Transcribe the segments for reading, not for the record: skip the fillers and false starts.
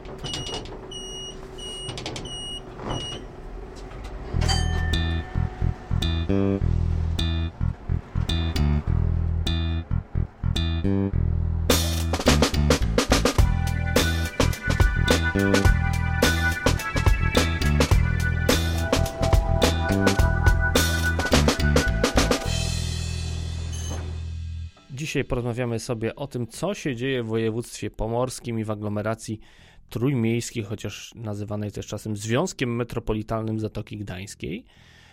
Dzisiaj porozmawiamy sobie o tym, co się dzieje w województwie pomorskim i w aglomeracji trójmiejskiej, chociaż nazywanej też czasem Związkiem Metropolitalnym Zatoki Gdańskiej,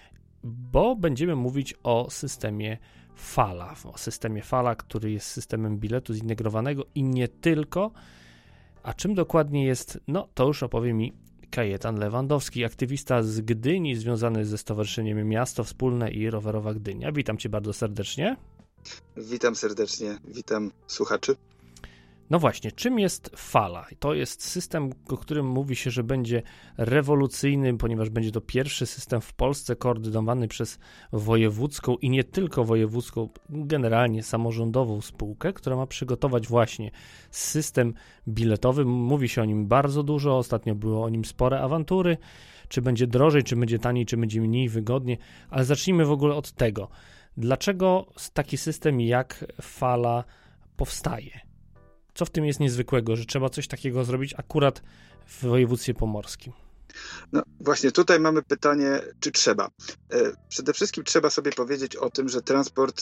bo będziemy mówić o systemie Fala. O systemie Fala, który jest systemem biletu zintegrowanego i nie tylko. A czym dokładnie jest, no to już opowie mi Kajetan Lewandowski, aktywista z Gdyni, związany ze Stowarzyszeniem Miasto Wspólne i Rowerowa Gdynia. Witam Cię bardzo serdecznie. Witam serdecznie, witam słuchaczy. No właśnie, czym jest Fala? To jest system, o którym mówi się, że będzie rewolucyjny, ponieważ będzie to pierwszy system w Polsce koordynowany przez wojewódzką i nie tylko wojewódzką, generalnie samorządową spółkę, która ma przygotować właśnie system biletowy. Mówi się o nim bardzo dużo, ostatnio było o nim spore awantury, czy będzie drożej, czy będzie taniej, czy będzie mniej wygodnie, ale zacznijmy w ogóle od tego. Dlaczego taki system jak Fala powstaje? Co w tym jest niezwykłego, że trzeba coś takiego zrobić akurat w województwie pomorskim? No właśnie tutaj mamy pytanie, czy trzeba. Przede wszystkim trzeba sobie powiedzieć o tym, że transport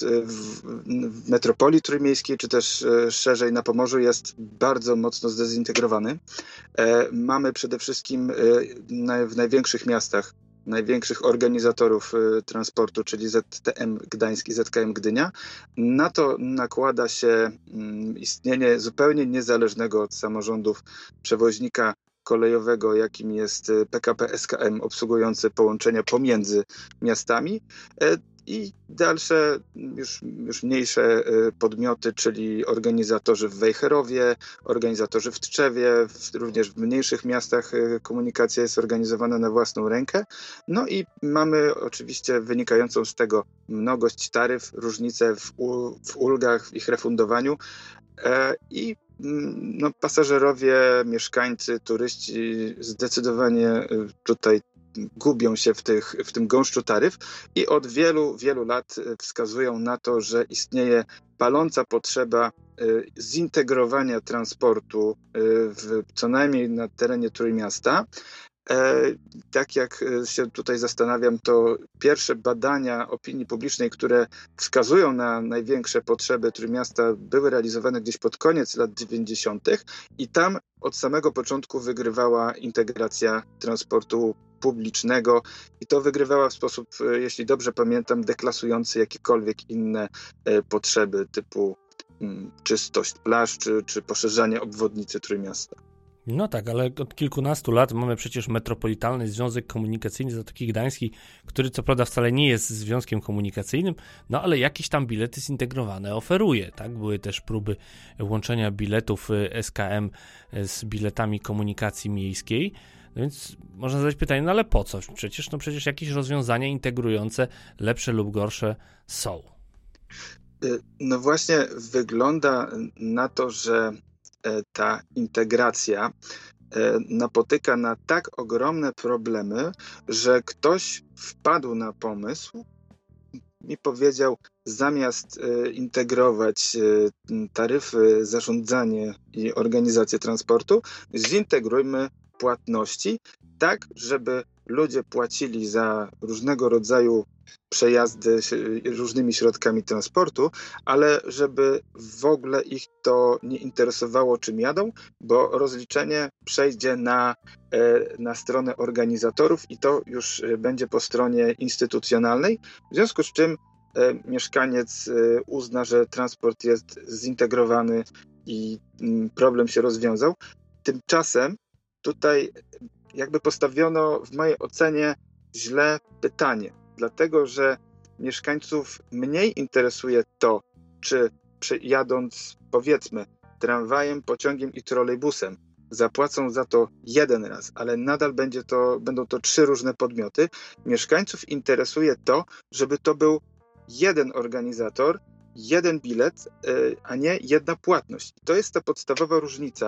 w metropolii trójmiejskiej, czy też szerzej na Pomorzu jest bardzo mocno zdezintegrowany. Mamy przede wszystkim w największych miastach największych organizatorów transportu, czyli ZTM Gdańsk i ZKM Gdynia. Na to nakłada się istnienie zupełnie niezależnego od samorządów przewoźnika kolejowego, jakim jest PKP SKM, obsługujący połączenia pomiędzy miastami, i dalsze, już mniejsze podmioty, czyli organizatorzy w Wejherowie, organizatorzy w Tczewie, również w mniejszych miastach komunikacja jest organizowana na własną rękę. No i mamy oczywiście wynikającą z tego mnogość taryf, różnice w ulgach, w ich refundowaniu i pasażerowie, mieszkańcy, turyści zdecydowanie tutaj gubią się w tym gąszczu taryf i od wielu, wielu lat wskazują na to, że istnieje paląca potrzeba zintegrowania transportu co najmniej na terenie Trójmiasta. Tak jak się tutaj zastanawiam, to pierwsze badania opinii publicznej, które wskazują na największe potrzeby Trójmiasta, były realizowane gdzieś pod koniec lat 90. i tam od samego początku wygrywała integracja transportu publicznego i to wygrywała w sposób, jeśli dobrze pamiętam, deklasujący jakiekolwiek inne potrzeby typu czystość plaż czy poszerzanie obwodnicy Trójmiasta. No tak, ale od kilkunastu lat mamy przecież Metropolitalny Związek Komunikacyjny Zatoki Gdańskiej, który co prawda wcale nie jest związkiem komunikacyjnym, no ale jakieś tam bilety zintegrowane oferuje, tak? Były też próby łączenia biletów SKM z biletami komunikacji miejskiej, no więc można zadać pytanie, no ale po co? Przecież jakieś rozwiązania integrujące lepsze lub gorsze są. No właśnie wygląda na to, że ta integracja napotyka na tak ogromne problemy, że ktoś wpadł na pomysł i powiedział, zamiast integrować taryfy, zarządzanie i organizację transportu, zintegrujmy płatności tak, żeby ludzie płacili za różnego rodzaju przejazdy różnymi środkami transportu, ale żeby w ogóle ich to nie interesowało, czym jadą, bo rozliczenie przejdzie na stronę organizatorów i to już będzie po stronie instytucjonalnej, w związku z czym mieszkaniec uzna, że transport jest zintegrowany i problem się rozwiązał. Tymczasem tutaj jakby postawiono w mojej ocenie źle pytanie, dlatego że mieszkańców mniej interesuje to, czy jadąc powiedzmy tramwajem, pociągiem i trolejbusem zapłacą za to jeden raz, ale nadal będą to 3 różne podmioty. Mieszkańców interesuje to, żeby to był jeden organizator, jeden bilet, a nie jedna płatność. I to jest ta podstawowa różnica,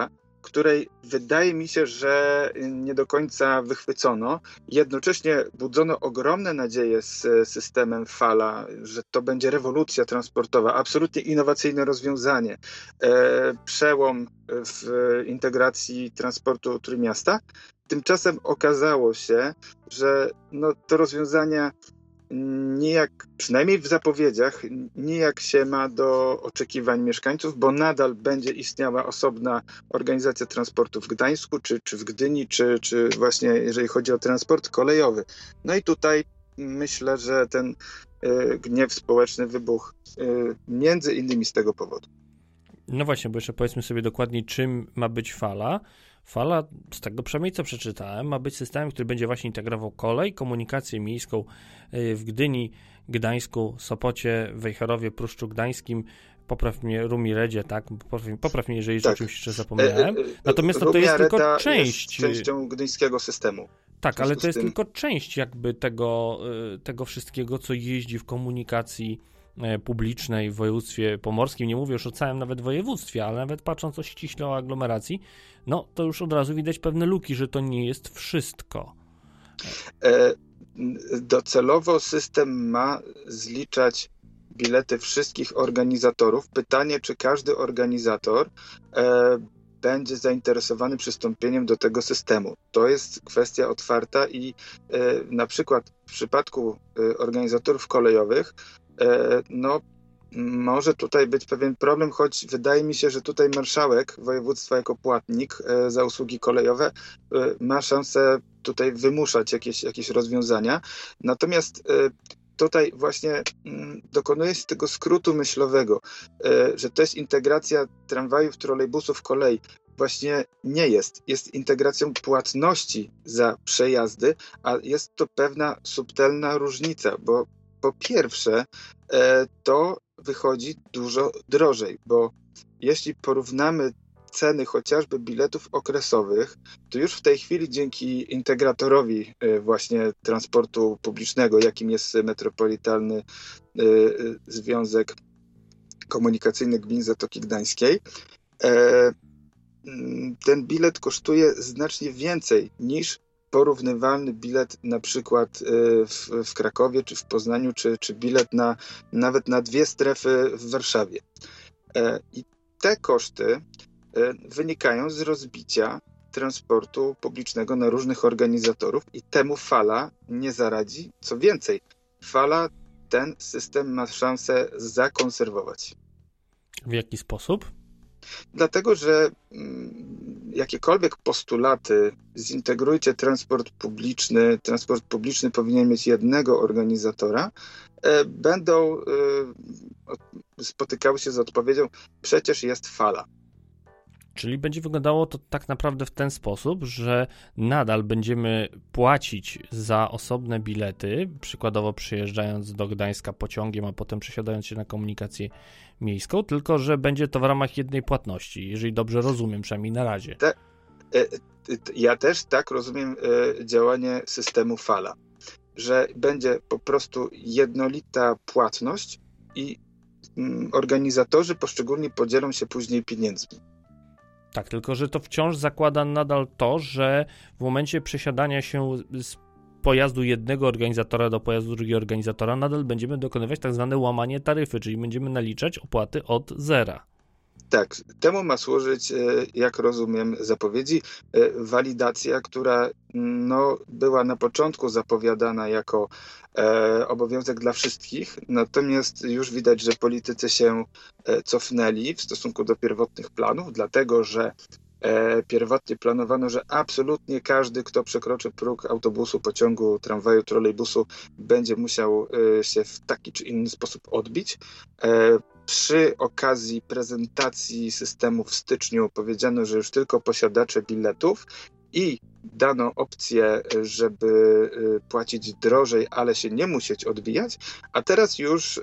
której wydaje mi się, że nie do końca wychwycono. Jednocześnie budzono ogromne nadzieje z systemem Fala, że to będzie rewolucja transportowa, absolutnie innowacyjne rozwiązanie, przełom w integracji transportu Trójmiasta. Tymczasem okazało się, że to rozwiązania nijak, przynajmniej w zapowiedziach, nijak się ma do oczekiwań mieszkańców, bo nadal będzie istniała osobna organizacja transportu w Gdańsku, czy w Gdyni, czy właśnie jeżeli chodzi o transport kolejowy. No i tutaj myślę, że ten gniew społeczny wybuchł między innymi z tego powodu. No właśnie, bo jeszcze powiedzmy sobie dokładnie, czym ma być Fala. Fala, z tego przynajmniej co przeczytałem, ma być systemem, który będzie właśnie integrował kolej, komunikację miejską w Gdyni, Gdańsku, Sopocie, Wejherowie, Pruszczu Gdańskim, popraw mnie, Rumiredzie, tak? Popraw mnie, jeżeli o czymś jeszcze zapomniałem. Natomiast to jest tylko część. Jest częścią gdyńskiego systemu. Tak, ale to jest tylko część jakby tego wszystkiego, co jeździ w komunikacji publicznej w województwie pomorskim. Nie mówię już o całym nawet województwie, ale nawet patrząc ściśle o aglomeracji, to już od razu widać pewne luki, że to nie jest wszystko. Docelowo system ma zliczać bilety wszystkich organizatorów. Pytanie, czy każdy organizator będzie zainteresowany przystąpieniem do tego systemu. To jest kwestia otwarta i na przykład w przypadku organizatorów kolejowych może tutaj być pewien problem, choć wydaje mi się, że tutaj marszałek województwa jako płatnik za usługi kolejowe ma szansę tutaj wymuszać jakieś rozwiązania. Natomiast tutaj właśnie dokonuje się tego skrótu myślowego, że to jest integracja tramwajów, trolejbusów, kolei. Właśnie nie jest. Jest integracją płatności za przejazdy, a jest to pewna subtelna różnica, bo po pierwsze to wychodzi dużo drożej, bo jeśli porównamy ceny chociażby biletów okresowych, to już w tej chwili dzięki integratorowi właśnie transportu publicznego, jakim jest Metropolitalny Związek Komunikacyjny Gmin Zatoki Gdańskiej, ten bilet kosztuje znacznie więcej niż porównywalny bilet na przykład w Krakowie, czy w Poznaniu, czy bilet nawet na 2 strefy w Warszawie. I te koszty wynikają z rozbicia transportu publicznego na różnych organizatorów i temu Fala nie zaradzi. Co więcej, Fala ten system ma szansę zakonserwować. W jaki sposób? Dlatego, że jakiekolwiek postulaty, zintegrujcie transport publiczny powinien mieć jednego organizatora, będą spotykały się z odpowiedzią, przecież jest Fala. Czyli będzie wyglądało to tak naprawdę w ten sposób, że nadal będziemy płacić za osobne bilety, przykładowo przyjeżdżając do Gdańska pociągiem, a potem przesiadając się na komunikację miejską, tylko że będzie to w ramach jednej płatności, jeżeli dobrze rozumiem, przynajmniej na razie. Ja też tak rozumiem działanie systemu Fala, że będzie po prostu jednolita płatność i organizatorzy poszczególni podzielą się później pieniędzmi. Tak, tylko że to wciąż zakłada nadal to, że w momencie przesiadania się z pojazdu jednego organizatora do pojazdu drugiego organizatora nadal będziemy dokonywać tak zwane łamanie taryfy, czyli będziemy naliczać opłaty od zera. Tak, temu ma służyć, jak rozumiem zapowiedzi, walidacja, która była na początku zapowiadana jako obowiązek dla wszystkich, natomiast już widać, że politycy się cofnęli w stosunku do pierwotnych planów, dlatego że pierwotnie planowano, że absolutnie każdy, kto przekroczy próg autobusu, pociągu, tramwaju, trolejbusu, będzie musiał się w taki czy inny sposób odbić. Przy okazji prezentacji systemu w styczniu powiedziano, że już tylko posiadacze biletów i dano opcję, żeby płacić drożej, ale się nie musieć odbijać, a teraz już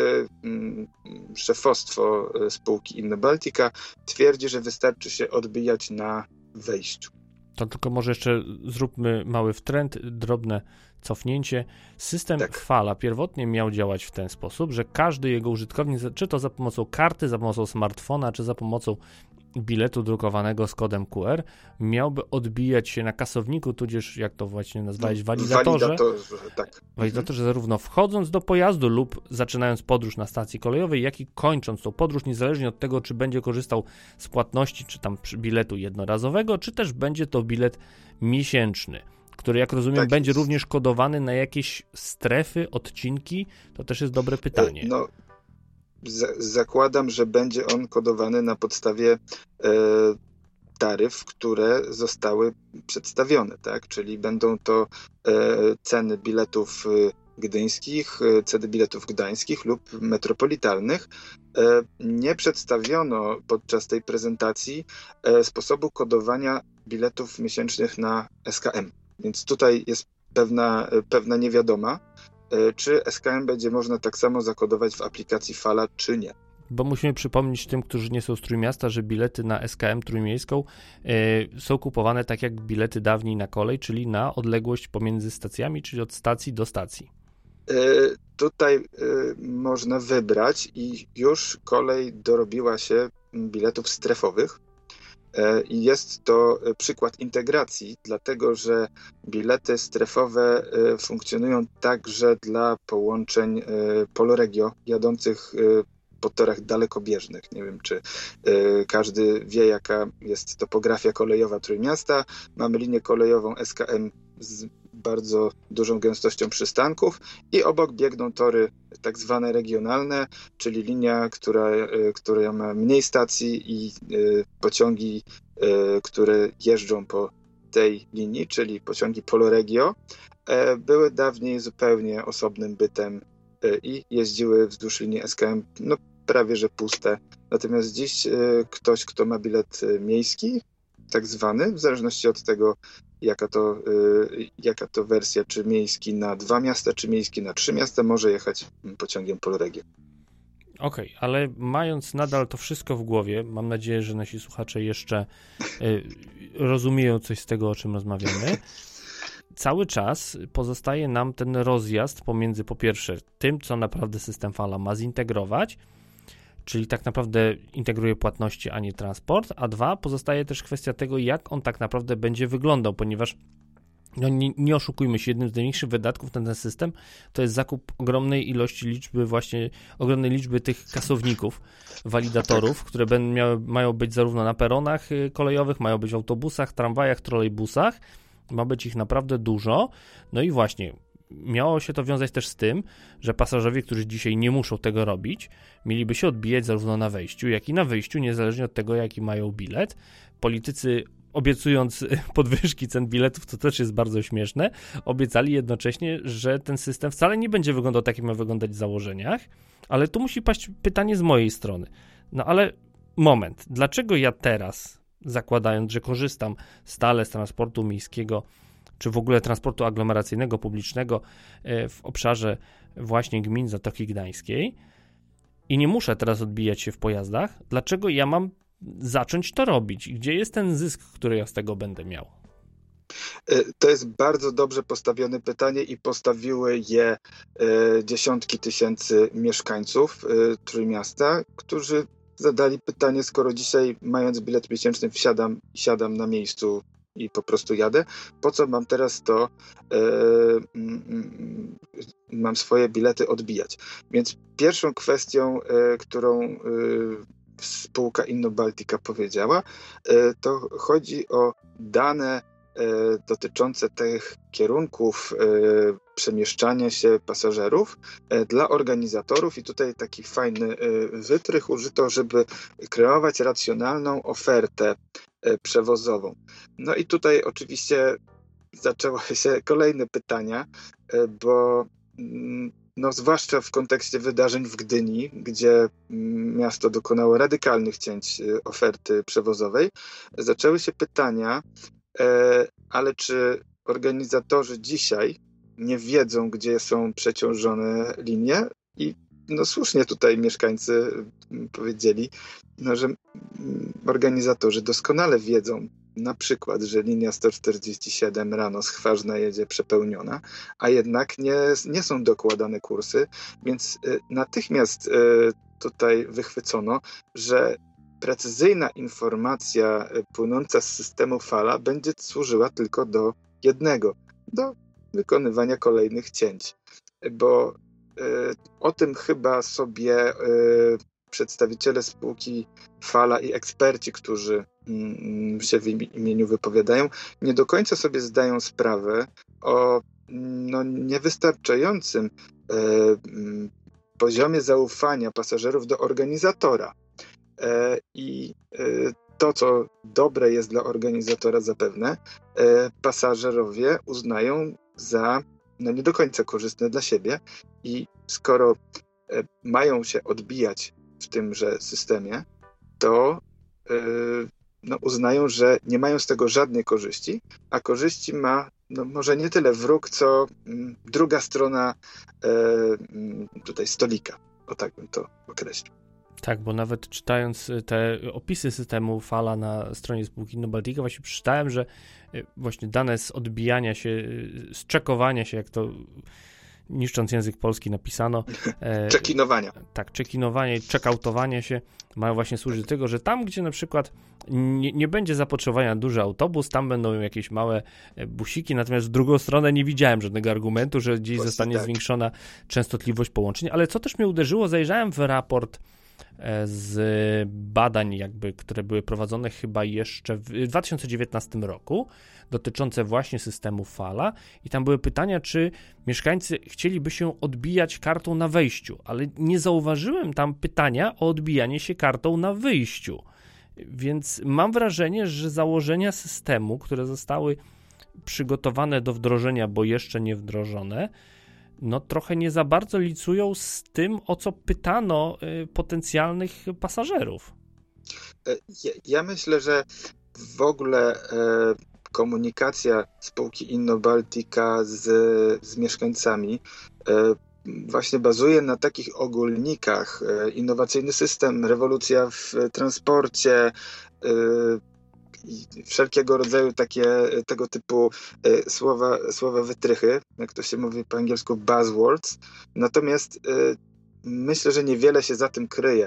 szefostwo spółki Innobaltica twierdzi, że wystarczy się odbijać na wejściu. To tylko może jeszcze zróbmy mały wtręt, drobne cofnięcie. System Fala pierwotnie miał działać w ten sposób, że każdy jego użytkownik, czy to za pomocą karty, za pomocą smartfona, czy za pomocą biletu drukowanego z kodem QR miałby odbijać się na kasowniku, tudzież jak to właśnie nazwałeś, walidatorze, tak. Walidatorze zarówno wchodząc do pojazdu lub zaczynając podróż na stacji kolejowej, jak i kończąc tą podróż, niezależnie od tego, czy będzie korzystał z płatności, czy tam biletu jednorazowego, czy też będzie to bilet miesięczny, który, jak rozumiem, tak będzie jest. również kodowany na jakieś strefy, odcinki. To też jest dobre pytanie. No, zakładam, że będzie on kodowany na podstawie taryf, które zostały przedstawione, tak? Czyli będą to ceny biletów gdyńskich, ceny biletów gdańskich lub metropolitalnych. Nie przedstawiono podczas tej prezentacji sposobu kodowania biletów miesięcznych na SKM. Więc tutaj jest pewna niewiadoma, czy SKM będzie można tak samo zakodować w aplikacji Fala, czy nie. Bo musimy przypomnieć tym, którzy nie są z Trójmiasta, że bilety na SKM trójmiejską są kupowane tak jak bilety dawniej na kolej, czyli na odległość pomiędzy stacjami, czyli od stacji do stacji. Tutaj można wybrać i już kolej dorobiła się biletów strefowych. I jest to przykład integracji, dlatego że bilety strefowe funkcjonują także dla połączeń Poloregio jadących po torach dalekobieżnych. Nie wiem, czy każdy wie, jaka jest topografia kolejowa Trójmiasta. Mamy linię kolejową SKM z bardzo dużą gęstością przystanków i obok biegną tory tak zwane regionalne, czyli linia, która ma mniej stacji i pociągi, które jeżdżą po tej linii, czyli pociągi Poloregio, były dawniej zupełnie osobnym bytem i jeździły wzdłuż linii SKM prawie że puste. Natomiast dziś ktoś, kto ma bilet miejski, tak zwany, w zależności od tego, jaka to wersja, czy miejski na 2 miasta, czy miejski na 3 miasta, może jechać pociągiem Poloregio. Okej, ale mając nadal to wszystko w głowie, mam nadzieję, że nasi słuchacze jeszcze rozumieją coś z tego, o czym rozmawiamy. Cały czas pozostaje nam ten rozjazd pomiędzy, po pierwsze, tym, co naprawdę system Fala ma zintegrować, czyli tak naprawdę integruje płatności, a nie transport, a dwa, pozostaje też kwestia tego, jak on tak naprawdę będzie wyglądał, ponieważ nie oszukujmy się, jednym z największych wydatków na ten system to jest zakup ogromnej liczby tych kasowników, walidatorów, które mają być zarówno na peronach kolejowych, mają być w autobusach, tramwajach, trolejbusach, ma być ich naprawdę dużo. No i właśnie, miało się to wiązać też z tym, że pasażerowie, którzy dzisiaj nie muszą tego robić, mieliby się odbijać zarówno na wejściu, jak i na wyjściu, niezależnie od tego, jaki mają bilet. Politycy, obiecując podwyżki cen biletów, to też jest bardzo śmieszne, obiecali jednocześnie, że ten system wcale nie będzie wyglądał tak, jak ma wyglądać w założeniach, ale tu musi paść pytanie z mojej strony. No ale moment, dlaczego ja teraz, zakładając, że korzystam stale z transportu miejskiego, czy w ogóle transportu aglomeracyjnego, publicznego w obszarze właśnie gmin Zatoki Gdańskiej i nie muszę teraz odbijać się w pojazdach, dlaczego ja mam zacząć to robić? Gdzie jest ten zysk, który ja z tego będę miał? To jest bardzo dobrze postawione pytanie i postawiły je dziesiątki tysięcy mieszkańców Trójmiasta, którzy zadali pytanie, skoro dzisiaj mając bilet miesięczny siadam na miejscu i po prostu jadę, po co mam teraz mam swoje bilety odbijać? Więc pierwszą kwestią, którą spółka InnoBaltica powiedziała, to chodzi o dane dotyczące tych kierunków przemieszczania się pasażerów dla organizatorów i tutaj taki fajny wytrych użyto, żeby kreować racjonalną ofertę przewozową. No i tutaj oczywiście zaczęły się kolejne pytania, bo zwłaszcza w kontekście wydarzeń w Gdyni, gdzie miasto dokonało radykalnych cięć oferty przewozowej, zaczęły się pytania, ale czy organizatorzy dzisiaj nie wiedzą, gdzie są przeciążone linie? I słusznie tutaj mieszkańcy powiedzieli, że organizatorzy doskonale wiedzą, na przykład, że linia 147 rano z Chważna jedzie przepełniona, a jednak nie są dokładane kursy, więc natychmiast tutaj wychwycono, że precyzyjna informacja płynąca z systemu fala będzie służyła tylko do jednego, do wykonywania kolejnych cięć. Bo o tym chyba sobie przedstawiciele spółki Fala i eksperci, którzy się w imieniu wypowiadają, nie do końca sobie zdają sprawę o niewystarczającym poziomie zaufania pasażerów do organizatora. I to, co dobre jest dla organizatora zapewne, pasażerowie uznają za nie do końca korzystne dla siebie i skoro mają się odbijać w tymże systemie, to uznają, że nie mają z tego żadnej korzyści, a korzyści ma może nie tyle wróg, co druga strona tutaj stolika. O tak bym to określił. Tak, bo nawet czytając te opisy systemu Fala na stronie spółki Innobaltica, właśnie przeczytałem, że właśnie dane z odbijania się, z czekowania się, jak to niszcząc język polski napisano. Czekinowania. Tak, czekinowanie i checkoutowanie się mają właśnie służyć do tego, że tam, gdzie na przykład nie będzie zapotrzebowania na duży autobus, tam będą jakieś małe busiki, natomiast w drugą stronę nie widziałem żadnego argumentu, że gdzieś zostanie zwiększona częstotliwość połączeń, ale co też mnie uderzyło, zajrzałem w raport z badań które były prowadzone chyba jeszcze w 2019 roku, dotyczące właśnie systemu Fala i tam były pytania, czy mieszkańcy chcieliby się odbijać kartą na wejściu, ale nie zauważyłem tam pytania o odbijanie się kartą na wyjściu, więc mam wrażenie, że założenia systemu, które zostały przygotowane do wdrożenia, bo jeszcze nie wdrożone, trochę nie za bardzo licują z tym, o co pytano potencjalnych pasażerów. Ja myślę, że w ogóle komunikacja spółki Innobaltica z mieszkańcami właśnie bazuje na takich ogólnikach. Innowacyjny system, rewolucja w transporcie, i wszelkiego rodzaju tego typu słowa wytrychy, jak to się mówi po angielsku buzzwords. Natomiast myślę, że niewiele się za tym kryje,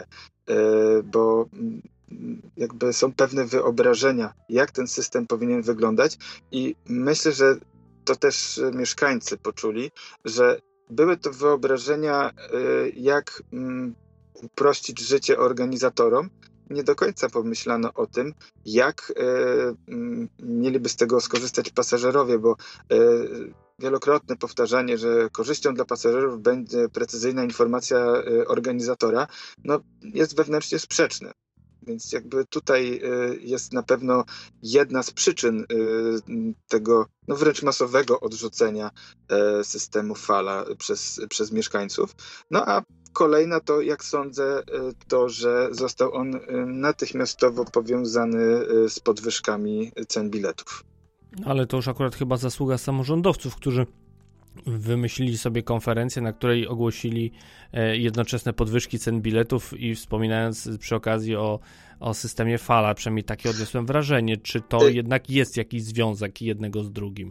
bo jakby są pewne wyobrażenia, jak ten system powinien wyglądać i myślę, że to też mieszkańcy poczuli, że były to wyobrażenia, jak uprościć życie organizatorom. Nie do końca pomyślano o tym, jak mieliby z tego skorzystać pasażerowie, bo wielokrotne powtarzanie, że korzyścią dla pasażerów będzie precyzyjna informacja organizatora, jest wewnętrznie sprzeczne. Więc jakby tutaj jest na pewno jedna z przyczyn tego wręcz masowego odrzucenia systemu Fala przez mieszkańców. A kolejna to, jak sądzę, to, że został on natychmiastowo powiązany z podwyżkami cen biletów. Ale to już akurat chyba zasługa samorządowców, którzy wymyślili sobie konferencję, na której ogłosili jednoczesne podwyżki cen biletów i wspominając przy okazji o systemie Fala, przynajmniej takie odniosłem wrażenie, czy to jednak jest jakiś związek jednego z drugim?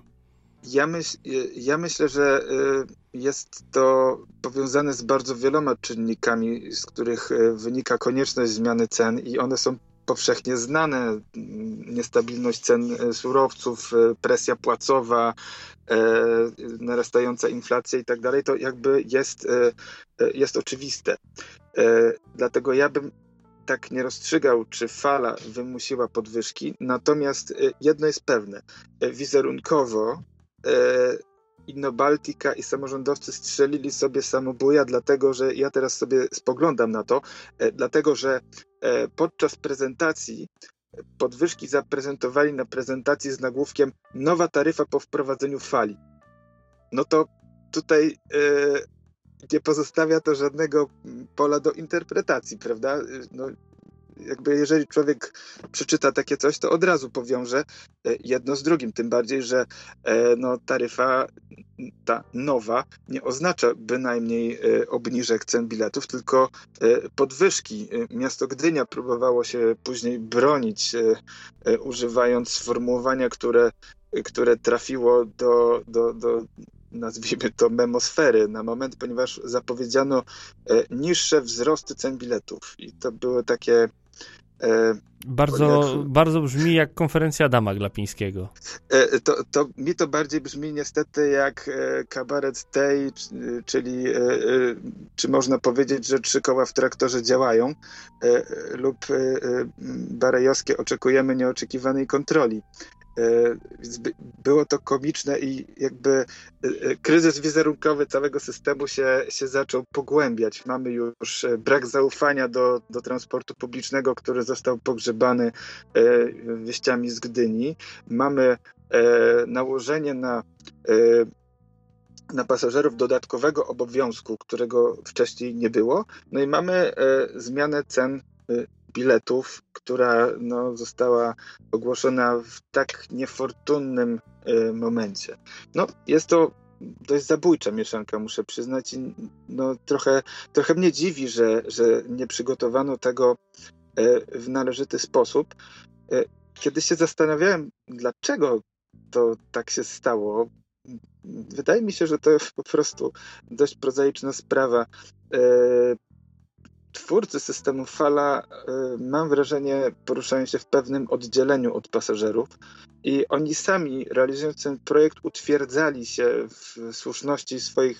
Ja myślę, że jest to powiązane z bardzo wieloma czynnikami, z których wynika konieczność zmiany cen i one są powszechnie znane. Niestabilność cen surowców, presja płacowa, narastająca inflacja i tak dalej, to jakby jest oczywiste. Dlatego ja bym tak nie rozstrzygał, czy Fala wymusiła podwyżki, natomiast jedno jest pewne. Wizerunkowo Innobaltica i samorządowcy strzelili sobie samobuja, dlatego że ja teraz sobie spoglądam na to, dlatego że podczas prezentacji podwyżki zaprezentowali na prezentacji z nagłówkiem nowa taryfa po wprowadzeniu Fali. To tutaj nie pozostawia to żadnego pola do interpretacji, prawda? Jakby jeżeli człowiek przeczyta takie coś, to od razu powiąże jedno z drugim, tym bardziej, że taryfa ta nowa nie oznacza bynajmniej obniżek cen biletów, tylko podwyżki. Miasto Gdynia próbowało się później bronić, używając sformułowania, które trafiło do nazwijmy to memosfery na moment, ponieważ zapowiedziano niższe wzrosty cen biletów i to były takie Bardzo brzmi jak konferencja Adama Glapińskiego. Mi to bardziej brzmi niestety jak kabaret tej, czyli czy można powiedzieć, że 3 koła w traktorze działają, lub barejowskie oczekujemy nieoczekiwanej kontroli. Więc było to komiczne i jakby kryzys wizerunkowy całego systemu się zaczął pogłębiać. Mamy już brak zaufania do transportu publicznego, który został pogrzebany wieściami z Gdyni. Mamy nałożenie na pasażerów dodatkowego obowiązku, którego wcześniej nie było. No i mamy zmianę cen biletów, która została ogłoszona w tak niefortunnym momencie. Jest to dość zabójcza mieszanka, muszę przyznać. I trochę mnie dziwi, że nie przygotowano tego w należyty sposób. Kiedy się zastanawiałem, dlaczego to tak się stało, wydaje mi się, że to jest po prostu dość prozaiczna sprawa. Twórcy systemu Fala, mam wrażenie, poruszają się w pewnym oddzieleniu od pasażerów i oni sami, realizując ten projekt, utwierdzali się w słuszności swoich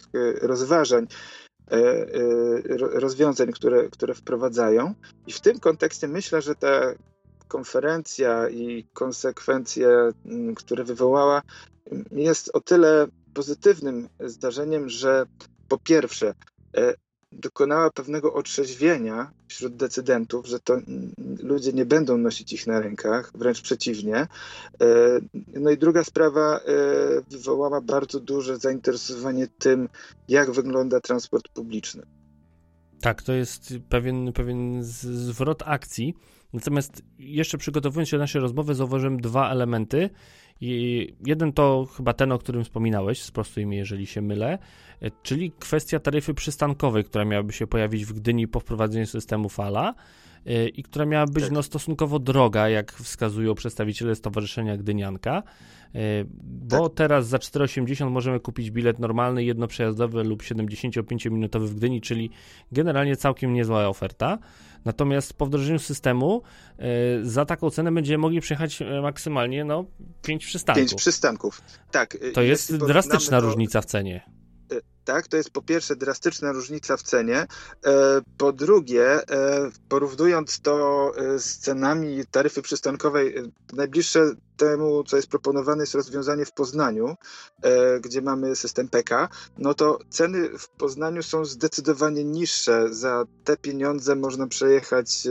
rozwiązań, które wprowadzają. I w tym kontekście myślę, że ta konferencja i konsekwencje, które wywołała, jest o tyle pozytywnym zdarzeniem, że po pierwsze dokonała pewnego otrzeźwienia wśród decydentów, że to ludzie nie będą nosić ich na rękach, wręcz przeciwnie. No i druga sprawa, wywołała bardzo duże zainteresowanie tym, jak wygląda transport publiczny. Tak, to jest pewien zwrot akcji. Natomiast jeszcze przygotowując się do naszej rozmowy, zauważyłem 2 elementy. Jeden to chyba ten, o którym wspominałeś, sprostuj mi, jeżeli się mylę, czyli kwestia taryfy przystankowej, która miałaby się pojawić w Gdyni po wprowadzeniu systemu Fala i która miała być stosunkowo droga, jak wskazują przedstawiciele Stowarzyszenia Gdynianka, bo teraz za 4,80 możemy kupić bilet normalny, jednoprzejazdowy lub 75-minutowy w Gdyni, czyli generalnie całkiem niezła oferta. Natomiast po wdrożeniu systemu za taką cenę będziemy mogli przejechać maksymalnie 5 przystanków. 5 przystanków, tak. To jest drastyczna różnica w cenie. Tak, to jest po pierwsze drastyczna różnica w cenie. Po drugie, porównując to z cenami taryfy przystankowej, najbliższe temu, co jest proponowane, jest rozwiązanie w Poznaniu, gdzie mamy system PK, to ceny w Poznaniu są zdecydowanie niższe. Za te pieniądze można przejechać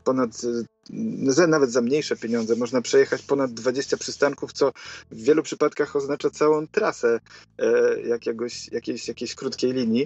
nawet za mniejsze pieniądze można przejechać ponad 20 przystanków, co w wielu przypadkach oznacza całą trasę jakiejś krótkiej linii.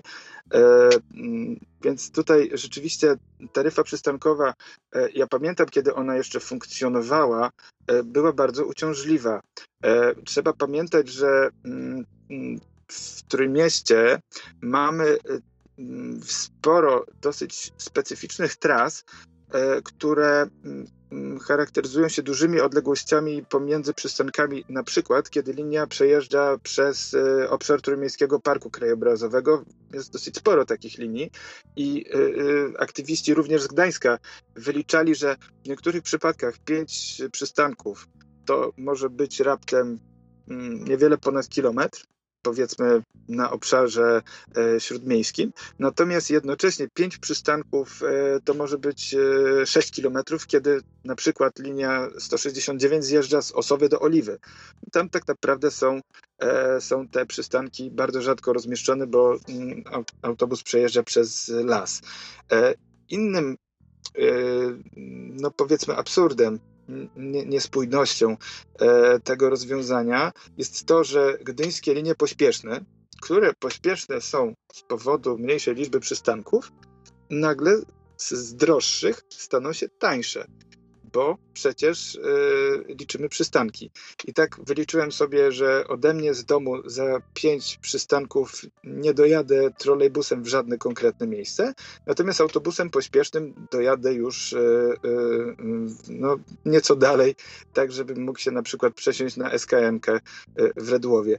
Więc tutaj rzeczywiście taryfa przystankowa, ja pamiętam, kiedy ona jeszcze funkcjonowała, była bardzo uciążliwa. Trzeba pamiętać, że w Trójmieście mamy sporo dosyć specyficznych tras, które charakteryzują się dużymi odległościami pomiędzy przystankami, na przykład kiedy linia przejeżdża przez obszar Trójmiejskiego Parku Krajobrazowego. Jest dosyć sporo takich linii i aktywiści również z Gdańska wyliczali, że w niektórych przypadkach 5 przystanków to może być raptem niewiele ponad kilometr, powiedzmy na obszarze śródmiejskim. Natomiast jednocześnie 5 przystanków to może być 6 kilometrów, kiedy na przykład linia 169 zjeżdża z Osowy do Oliwy. Tam tak naprawdę są te przystanki bardzo rzadko rozmieszczone, bo autobus przejeżdża przez las. Innym, powiedzmy absurdem, niespójnością tego rozwiązania jest to, że gdyńskie linie pośpieszne, które pośpieszne są z powodu mniejszej liczby przystanków, nagle z droższych staną się tańsze, bo przecież liczymy przystanki. I tak wyliczyłem sobie, że ode mnie z domu za 5 przystanków nie dojadę trolejbusem w żadne konkretne miejsce, natomiast autobusem pośpiesznym dojadę już nieco dalej, tak żebym mógł się na przykład przesiąść na SKM-kę w Redłowie.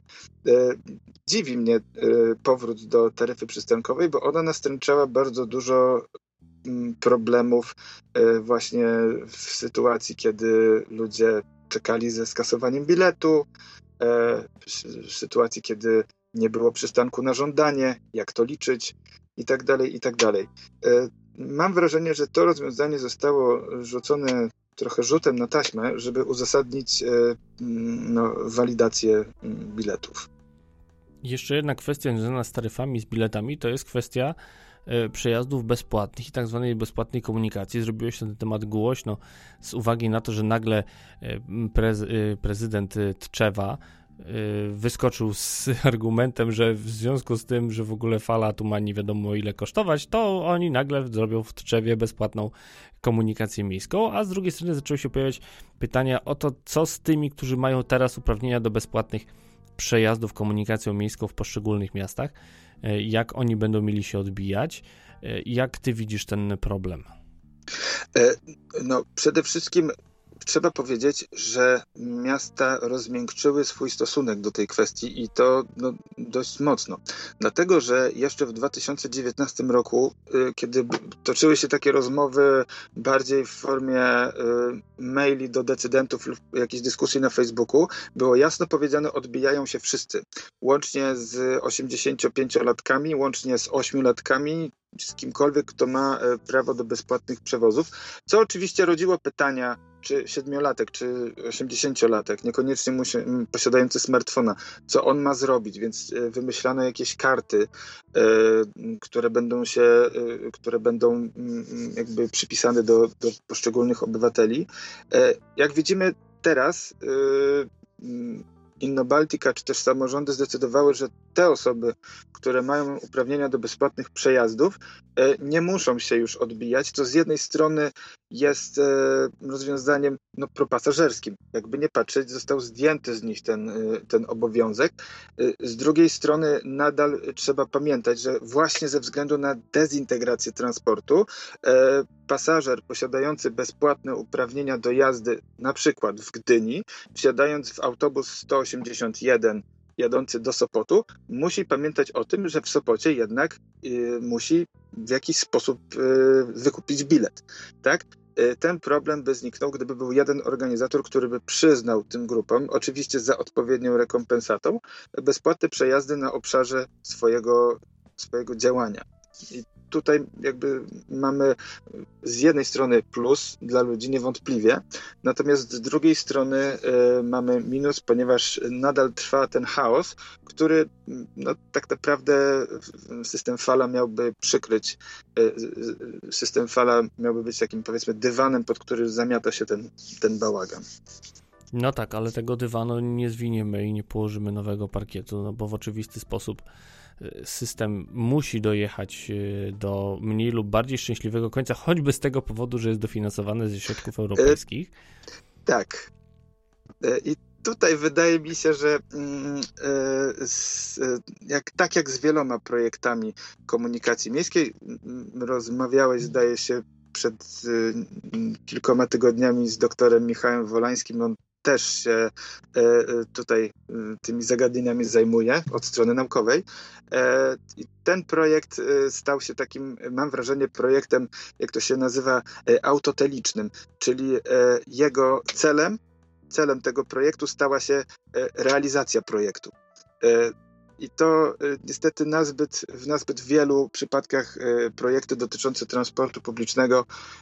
Dziwi mnie powrót do taryfy przystankowej, bo ona nastręczała bardzo dużo problemów właśnie w sytuacji, kiedy ludzie czekali ze skasowaniem biletu, w sytuacji, kiedy nie było przystanku na żądanie, jak to liczyć i tak dalej, i tak dalej. Mam wrażenie, że to rozwiązanie zostało rzucone trochę rzutem na taśmę, żeby uzasadnić walidację biletów. Jeszcze jedna kwestia związana z taryfami, z biletami, to jest kwestia przejazdów bezpłatnych i tak zwanej bezpłatnej komunikacji. Zrobiło się na ten temat głośno z uwagi na to, że nagle prezydent Tczewa wyskoczył z argumentem, że w związku z tym, że w ogóle fala tu ma nie wiadomo ile kosztować, to oni nagle zrobią w Tczewie bezpłatną komunikację miejską, a z drugiej strony zaczęły się pojawiać pytania o to, co z tymi, którzy mają teraz uprawnienia do bezpłatnych przejazdów komunikacją miejską w poszczególnych miastach, jak oni będą mieli się odbijać, jak ty widzisz ten problem? No, przede wszystkim trzeba powiedzieć, że miasta rozmiękczyły swój stosunek do tej kwestii i to dość mocno. Dlatego, że jeszcze w 2019 roku, kiedy toczyły się takie rozmowy bardziej w formie maili do decydentów lub jakiejś dyskusji na Facebooku, było jasno powiedziane, odbijają się wszyscy. Łącznie z 85-latkami, łącznie z 8-latkami, z kimkolwiek, kto ma prawo do bezpłatnych przewozów, co oczywiście rodziło pytania, czy 7-latek, czy 80-latek, niekoniecznie posiadający smartfona, co on ma zrobić, więc wymyślano jakieś karty, które będą jakby przypisane do poszczególnych obywateli. Jak widzimy teraz, Innobaltica czy też samorządy zdecydowały, że te osoby, które mają uprawnienia do bezpłatnych przejazdów, nie muszą się już odbijać, co z jednej strony jest rozwiązaniem propasażerskim. Jakby nie patrzeć, został zdjęty z nich ten obowiązek. Z drugiej strony nadal trzeba pamiętać, że właśnie ze względu na dezintegrację transportu pasażer posiadający bezpłatne uprawnienia do jazdy, na przykład w Gdyni, wsiadając w autobus 181 jadący do Sopotu, musi pamiętać o tym, że w Sopocie jednak musi w jakiś sposób wykupić bilet. Tak? Ten problem by zniknął, gdyby był jeden organizator, który by przyznał tym grupom, oczywiście za odpowiednią rekompensatą, bezpłatne przejazdy na obszarze swojego działania. I tutaj jakby mamy z jednej strony plus dla ludzi niewątpliwie, natomiast z drugiej strony mamy minus, ponieważ nadal trwa ten chaos, który tak naprawdę system Fala miałby przykryć. System Fala miałby być takim, powiedzmy, dywanem, pod który zamiata się ten bałagan. No tak, ale tego dywanu nie zwiniemy i nie położymy nowego parkietu, bo w oczywisty sposób system musi dojechać do mniej lub bardziej szczęśliwego końca, choćby z tego powodu, że jest dofinansowany ze środków europejskich. Tak. I tutaj wydaje mi się, że tak jak z wieloma projektami komunikacji miejskiej, rozmawiałeś, zdaje się, przed kilkoma tygodniami z doktorem Michałem Wolańskim. On też się tutaj tymi zagadnieniami zajmuje od strony naukowej. I ten projekt stał się takim, mam wrażenie, projektem, jak to się nazywa, autotelicznym, czyli jego celem tego projektu stała się realizacja projektu. I to niestety w nazbyt wielu przypadkach projekty dotyczące transportu publicznego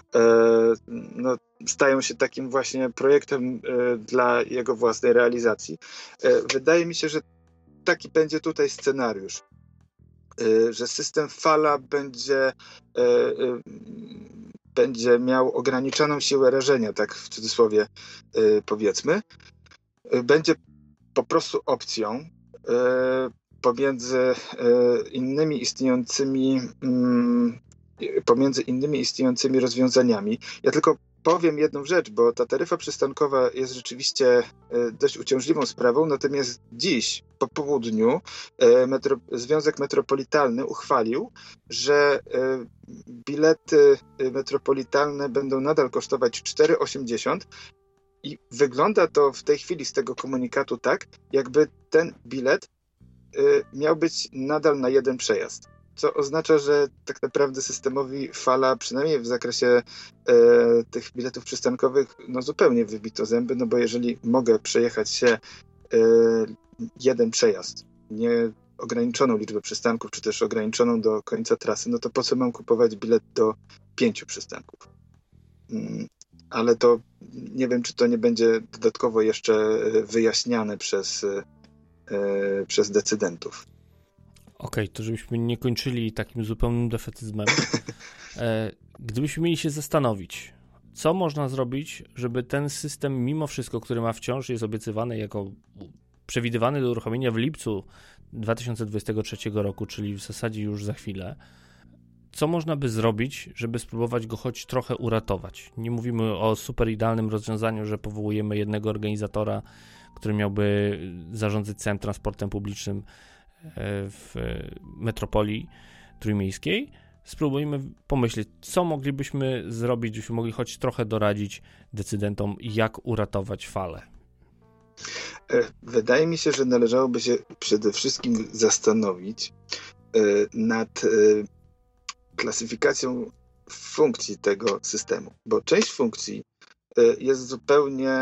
stają się takim właśnie projektem dla jego własnej realizacji. Wydaje mi się, że taki będzie tutaj scenariusz, że system Fala będzie miał ograniczoną siłę rażenia, tak w cudzysłowie powiedzmy. Będzie po prostu opcją pomiędzy innymi istniejącymi rozwiązaniami. Ja tylko powiem jedną rzecz, bo ta taryfa przystankowa jest rzeczywiście dość uciążliwą sprawą, natomiast dziś po południu Związek Metropolitalny uchwalił, że bilety metropolitalne będą nadal kosztować 4,80 i wygląda to w tej chwili z tego komunikatu tak, jakby ten bilet miał być nadal na jeden przejazd. co oznacza, że tak naprawdę systemowi fala, przynajmniej w zakresie tych biletów przystankowych, no zupełnie wybito zęby, no bo jeżeli mogę przejechać się jeden przejazd, nie ograniczoną liczbę przystanków, czy też ograniczoną do końca trasy, no to po co mam kupować bilet do 5 przystanków? Ale to nie wiem, czy to nie będzie dodatkowo jeszcze wyjaśniane przez decydentów. Okej, to żebyśmy nie kończyli takim zupełnym defetyzmem. Gdybyśmy mieli się zastanowić, co można zrobić, żeby ten system, mimo wszystko, który ma wciąż, jest obiecywany jako przewidywany do uruchomienia w lipcu 2023 roku, czyli w zasadzie już za chwilę, co można by zrobić, żeby spróbować go choć trochę uratować? Nie mówimy o super idealnym rozwiązaniu, że powołujemy jednego organizatora, który miałby zarządzać całym transportem publicznym w metropolii trójmiejskiej. Spróbujmy pomyśleć, co moglibyśmy zrobić, żebyśmy mogli choć trochę doradzić decydentom, jak uratować falę. Wydaje mi się, że należałoby się przede wszystkim zastanowić nad klasyfikacją funkcji tego systemu, bo część funkcji jest zupełnie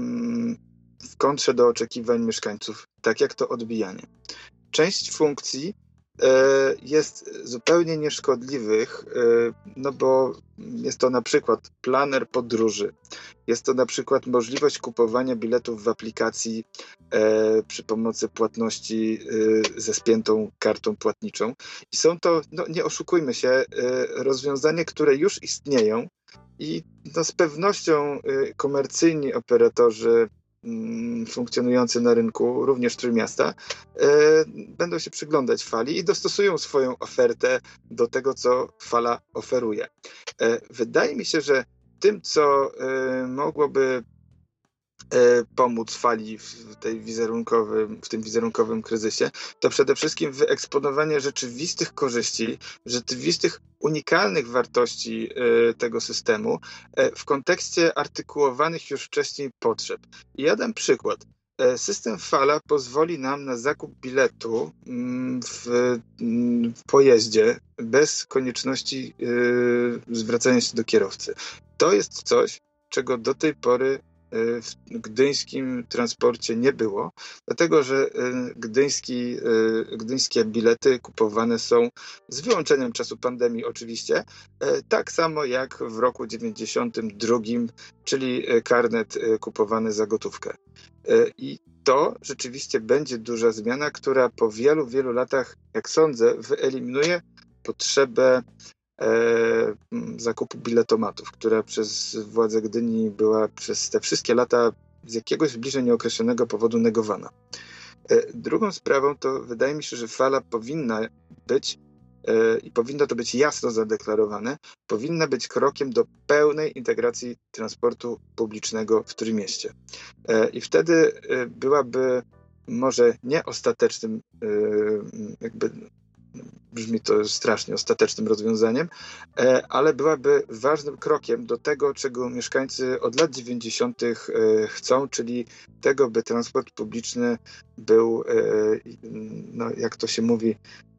w kontrze do oczekiwań mieszkańców, tak jak to odbijanie. Część funkcji jest zupełnie nieszkodliwych, no bo jest to na przykład planer podróży, jest to na przykład możliwość kupowania biletów w aplikacji przy pomocy płatności ze spiętą kartą płatniczą. I są to, no nie oszukujmy się, rozwiązania, które już istnieją i no z pewnością komercyjni operatorzy funkcjonujący na rynku, również Trójmiasta, będą się przyglądać fali i dostosują swoją ofertę do tego, co fala oferuje. Wydaje mi się, że tym, co mogłoby pomóc fali w tym wizerunkowym kryzysie, to przede wszystkim wyeksponowanie rzeczywistych korzyści, rzeczywistych unikalnych wartości tego systemu w kontekście artykułowanych już wcześniej potrzeb. I ja dam przykład. System Fala pozwoli nam na zakup biletu w pojeździe bez konieczności zwracania się do kierowcy. To jest coś, czego do tej pory w gdyńskim transporcie nie było, dlatego że gdyńskie bilety kupowane są z wyłączeniem czasu pandemii oczywiście, tak samo jak w roku 92, czyli karnet kupowany za gotówkę. I to rzeczywiście będzie duża zmiana, która po wielu, wielu latach, jak sądzę, wyeliminuje potrzebę zakupu biletomatów, która przez władze Gdyni była przez te wszystkie lata z jakiegoś bliżej nieokreślonego powodu negowana. Drugą sprawą to wydaje mi się, że fala powinna być i powinno to być jasno zadeklarowane, powinna być krokiem do pełnej integracji transportu publicznego w Trójmieście. I wtedy byłaby może nie ostatecznym, jakby brzmi to strasznie, ostatecznym rozwiązaniem, ale byłaby ważnym krokiem do tego, czego mieszkańcy od lat 90. chcą, czyli tego, by transport publiczny był, no jak to się mówi,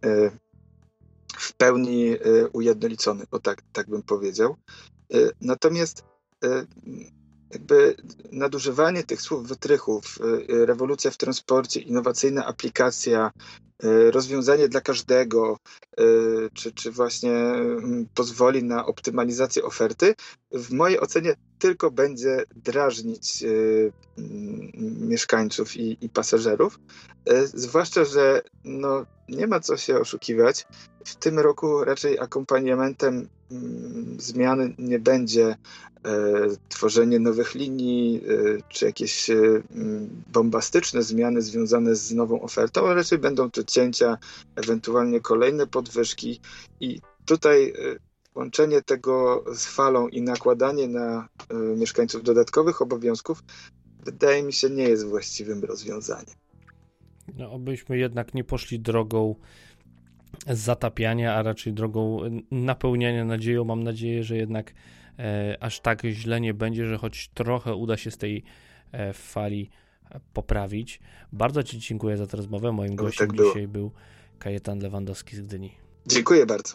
w pełni ujednolicony, bo tak bym powiedział. Natomiast jakby nadużywanie tych słów wytrychów, rewolucja w transporcie, innowacyjna aplikacja, rozwiązanie dla każdego, czy właśnie pozwoli na optymalizację oferty, w mojej ocenie tylko będzie drażnić mieszkańców i pasażerów. Zwłaszcza, że no, nie ma co się oszukiwać. W tym roku raczej akompaniamentem zmiany nie będzie tworzenie nowych linii, czy jakieś bombastyczne zmiany związane z nową ofertą, ale raczej będą to cięcia, ewentualnie kolejne podwyżki i tutaj łączenie tego z falą i nakładanie na mieszkańców dodatkowych obowiązków wydaje mi się nie jest właściwym rozwiązaniem. No, obyśmy jednak nie poszli drogą zatapiania, a raczej drogą napełniania nadzieją. Mam nadzieję, że jednak aż tak źle nie będzie, że choć trochę uda się z tej fali poprawić. Bardzo Ci dziękuję za tę rozmowę. Moim gościem dzisiaj był Kajetan Lewandowski z Gdyni. Dziękuję bardzo.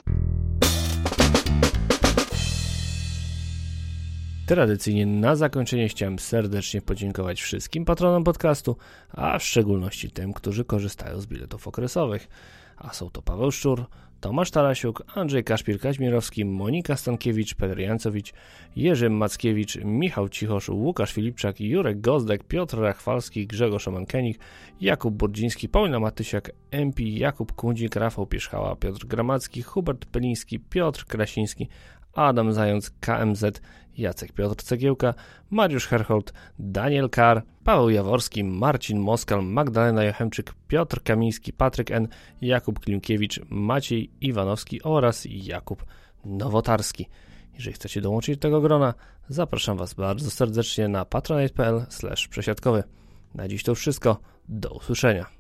Tradycyjnie na zakończenie chciałem serdecznie podziękować wszystkim patronom podcastu, a w szczególności tym, którzy korzystają z biletów okresowych. A są to Paweł Szczur, Tomasz Tarasiuk, Andrzej Kaszpir-Kaźmierowski, Monika Stankiewicz, Petr Jancowicz, Jerzy Mackiewicz, Michał Cichosz, Łukasz Filipczak, Jurek Gozdek, Piotr Rachwalski, Grzegorz Omankenik, Jakub Burdziński, Paulina Matysiak, MP, Jakub Kundzik, Rafał Pierzchała, Piotr Gramacki, Hubert Peliński, Piotr Krasiński, Adam Zając, KMZ, Jacek Piotr Cegiełka, Mariusz Herhold, Daniel Kar, Paweł Jaworski, Marcin Moskal, Magdalena Jochemczyk, Piotr Kamiński, Patryk N., Jakub Klimkiewicz, Maciej Iwanowski oraz Jakub Nowotarski. Jeżeli chcecie dołączyć do tego grona, zapraszam Was bardzo serdecznie na patronite.pl/przesiadkowy. Na dziś to już wszystko. Do usłyszenia.